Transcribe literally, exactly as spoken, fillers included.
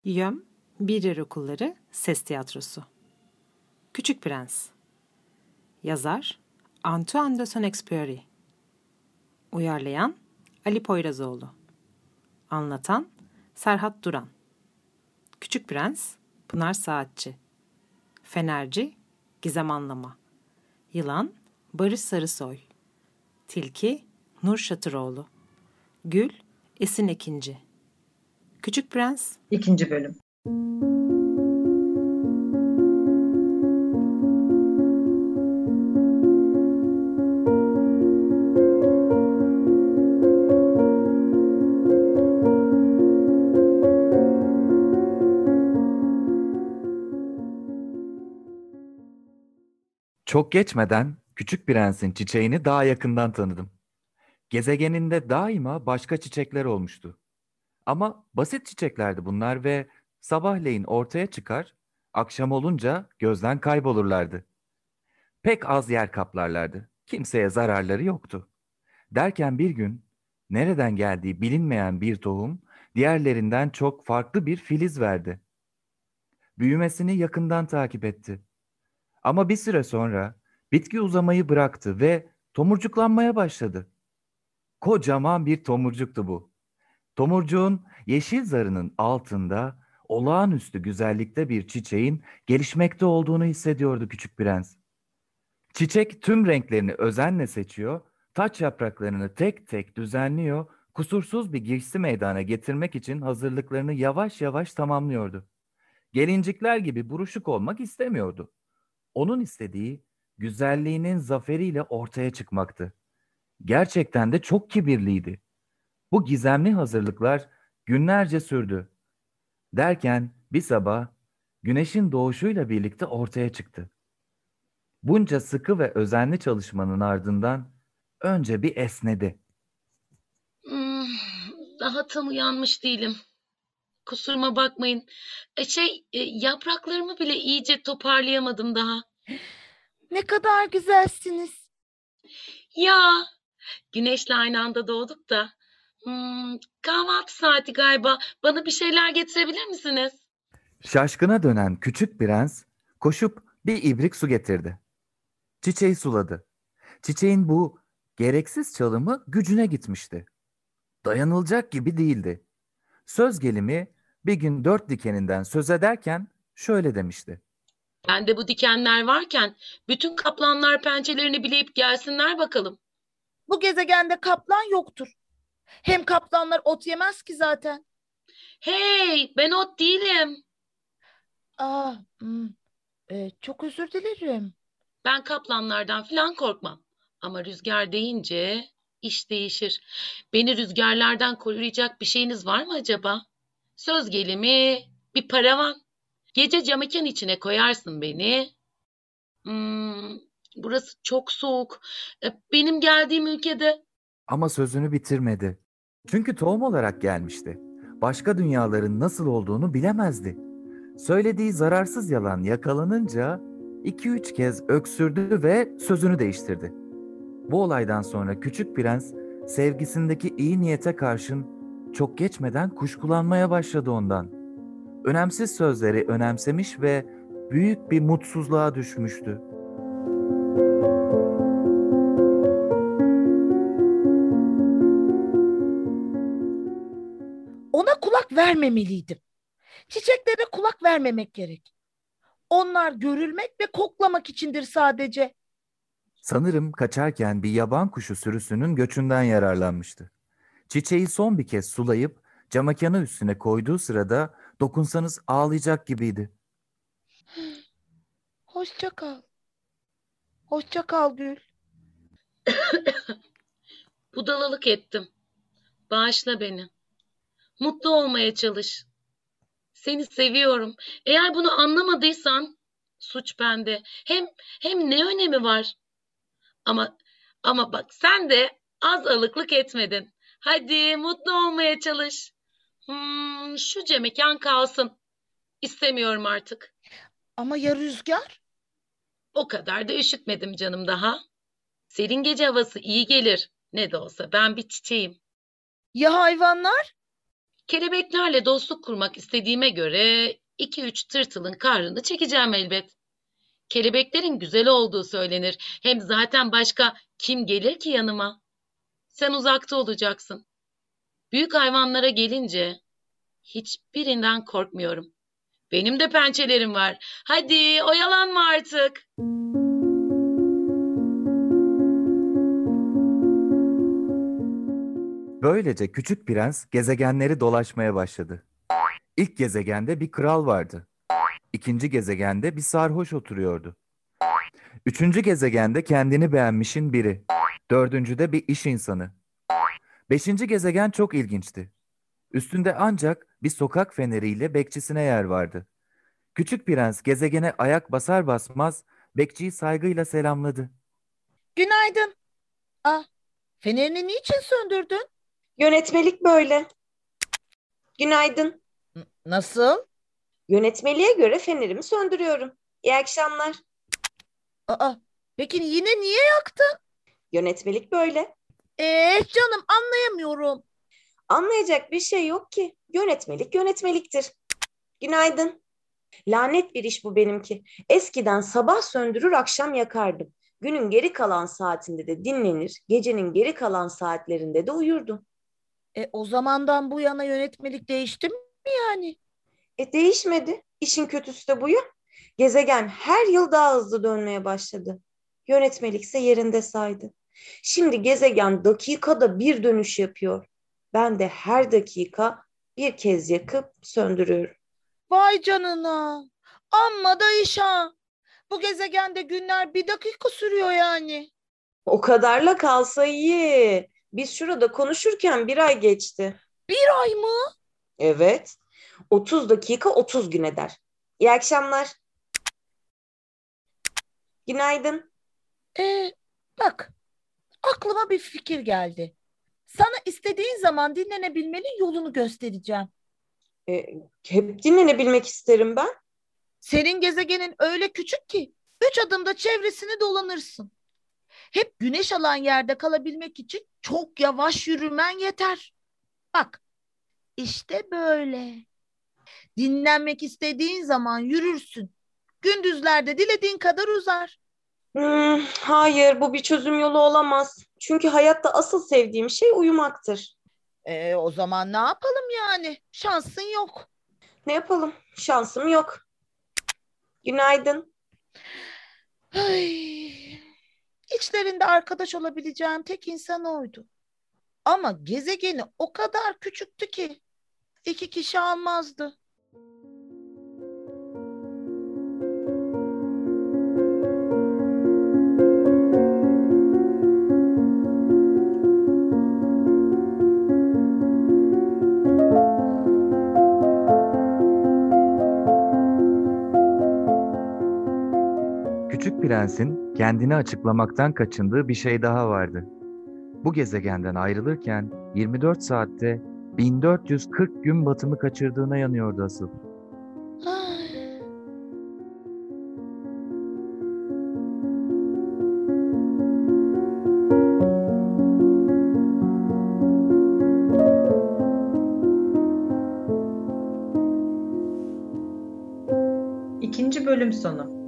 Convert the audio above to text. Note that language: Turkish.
Yöm, Bir Yer Okulları Ses Tiyatrosu. Küçük Prens. Yazar Antoine de Saint-Exupéry. Uyarlayan Ali Poyrazoğlu. Anlatan Serhat Duran. Küçük Prens Pınar Saatçi. Fenerci Gizem Anlama. Yılan Barış Sarısoy. Tilki Nur Şatıroğlu. Gül Esin Ekinci. Küçük Prens İkinci bölüm. Çok geçmeden Küçük Prens'in çiçeğini daha yakından tanıdım. Gezegeninde daima başka çiçekler olmuştu. Ama basit çiçeklerdi bunlar ve sabahleyin ortaya çıkar, akşam olunca gözden kaybolurlardı. Pek az yer kaplarlardı. Kimseye zararları yoktu. Derken bir gün nereden geldiği bilinmeyen bir tohum diğerlerinden çok farklı bir filiz verdi. Büyümesini yakından takip etti. Ama bir süre sonra bitki uzamayı bıraktı ve tomurcuklanmaya başladı. Kocaman bir tomurcuktu bu. Tomurcuğun yeşil zarının altında olağanüstü güzellikte bir çiçeğin gelişmekte olduğunu hissediyordu Küçük Prens. Çiçek tüm renklerini özenle seçiyor, taç yapraklarını tek tek düzenliyor, kusursuz bir giysi meydana getirmek için hazırlıklarını yavaş yavaş tamamlıyordu. Gelincikler gibi buruşuk olmak istemiyordu. Onun istediği güzelliğinin zaferiyle ortaya çıkmaktı. Gerçekten de çok kibirliydi. Bu gizemli hazırlıklar günlerce sürdü. Derken bir sabah güneşin doğuşuyla birlikte ortaya çıktı. Bunca sıkı ve özenli çalışmanın ardından önce bir esnedi. Hmm, daha tam uyanmış değilim. Kusuruma bakmayın. E, şey, e, yapraklarımı bile iyice toparlayamadım daha. Ne kadar güzelsiniz. Ya, güneşle aynı anda doğduk da. Hmm, kahvaltı saati galiba. Bana bir şeyler getirebilir misiniz? Şaşkına dönen Küçük Prens koşup bir ibrik su getirdi. Çiçeği suladı. Çiçeğin bu gereksiz çalımı gücüne gitmişti. Dayanılacak gibi değildi. Söz gelimi bir gün dört dikeninden söz ederken şöyle demişti. Bende bu dikenler varken bütün kaplanlar pençelerini bileyip gelsinler bakalım. Bu gezegende kaplan yoktur. Hem kaplanlar ot yemez ki zaten. Hey, ben ot değilim. Aa, hmm, e, çok özür dilerim. Ben kaplanlardan falan korkmam. Ama rüzgar deyince iş değişir. Beni rüzgarlardan koruyacak bir şeyiniz var mı acaba? Söz gelimi bir paravan. Gece camekan içine koyarsın beni. Hmm, burası çok soğuk. E, Benim geldiğim ülkede Ama sözünü bitirmedi. Çünkü tohum olarak gelmişti. Başka dünyaların nasıl olduğunu bilemezdi. Söylediği zararsız yalan yakalanınca iki üç kez öksürdü ve sözünü değiştirdi. Bu olaydan sonra Küçük Prens sevgisindeki iyi niyete karşın çok geçmeden kuşkulanmaya başladı ondan. Önemsiz sözleri önemsemiş ve büyük bir mutsuzluğa düşmüştü. Ona kulak vermemeliydim. Çiçeklere kulak vermemek gerek. Onlar görülmek ve koklamak içindir sadece. Sanırım kaçarken bir yaban kuşu sürüsünün göçünden yararlanmıştı. Çiçeği son bir kez sulayıp camakanı üstüne koyduğu sırada dokunsanız ağlayacak gibiydi. Hoşça kal. Hoşça kal Gül. budalalık ettim. Bağışla beni. Mutlu olmaya çalış. Seni seviyorum. Eğer bunu anlamadıysan suç bende. Hem hem ne önemi var? Ama ama bak sen de az alıklık etmedin. Hadi mutlu olmaya çalış. Hmm, şu mekan kalsın. İstemiyorum artık. Ama ya rüzgar? O kadar da üşütmedim canım daha. Serin gece havası iyi gelir. Ne de olsa ben bir çiçeğim. Ya hayvanlar? Kelebeklerle dostluk kurmak istediğime göre iki üç tırtılın kahrını çekeceğim elbet. Kelebeklerin güzel olduğu söylenir. Hem zaten başka kim gelir ki yanıma? Sen uzakta olacaksın. Büyük hayvanlara gelince hiçbirinden korkmuyorum. Benim de pençelerim var. Hadi oyalanma artık. Böylece küçük prens gezegenleri dolaşmaya başladı. İlk gezegende bir kral vardı. İkinci gezegende bir sarhoş oturuyordu. Üçüncü gezegende kendini beğenmişin biri. Dördüncüde bir iş insanı. Beşinci gezegen çok ilginçti. Üstünde ancak bir sokak feneriyle bekçisine yer vardı. Küçük prens gezegene ayak basar basmaz bekçiyi saygıyla selamladı. Günaydın. Ah, fenerini niçin söndürdün? Yönetmelik böyle. Günaydın. N- Nasıl? Yönetmeliğe göre fenerimi söndürüyorum. İyi akşamlar. Aa, peki yine niye yaktın? Yönetmelik böyle. Ee, canım anlayamıyorum. Anlayacak bir şey yok ki. Yönetmelik yönetmeliktir. Günaydın. Lanet bir iş bu benimki. Eskiden sabah söndürür akşam yakardım. Günün geri kalan saatinde de dinlenir, gecenin geri kalan saatlerinde de uyurdum. E, o zamandan bu yana yönetmelik değişti mi yani? E değişmedi. İşin kötüsü de bu ya. Gezegen her yıl daha hızlı dönmeye başladı. Yönetmelikse yerinde saydı. Şimdi gezegen dakikada bir dönüş yapıyor. Ben de her dakika bir kez yakıp söndürüyorum. Vay canına. Amma da iş ha. Bu gezegende günler bir dakika sürüyor yani. O kadarla kalsa iyi. Biz şurada konuşurken bir ay geçti. Bir ay mı? Evet. otuz dakika otuz gün eder. İyi akşamlar. Günaydın. E, bak aklıma bir fikir geldi. Sana istediğin zaman dinlenebilmenin yolunu göstereceğim. E, hep dinlenebilmek isterim ben. Senin gezegenin öyle küçük ki üç adımda çevresini dolanırsın. Hep güneş alan yerde kalabilmek için çok yavaş yürümen yeter. Bak, işte böyle. Dinlenmek istediğin zaman yürürsün. Gündüzlerde dilediğin kadar uzar. Hmm, hayır, bu bir çözüm yolu olamaz. Çünkü hayatta asıl sevdiğim şey uyumaktır. E, o zaman ne yapalım yani? Şansın yok. Ne yapalım? Şansım yok. Günaydın. Ay, içlerinde arkadaş olabileceğim tek insan oydu. Ama gezegeni o kadar küçüktü ki iki kişi almazdı. Küçük prensin kendini açıklamaktan kaçındığı bir şey daha vardı. Bu gezegenden ayrılırken yirmi dört saatte bin dört yüz kırk gün batımı kaçırdığına yanıyordu asıl. Ay. İkinci bölüm sonu.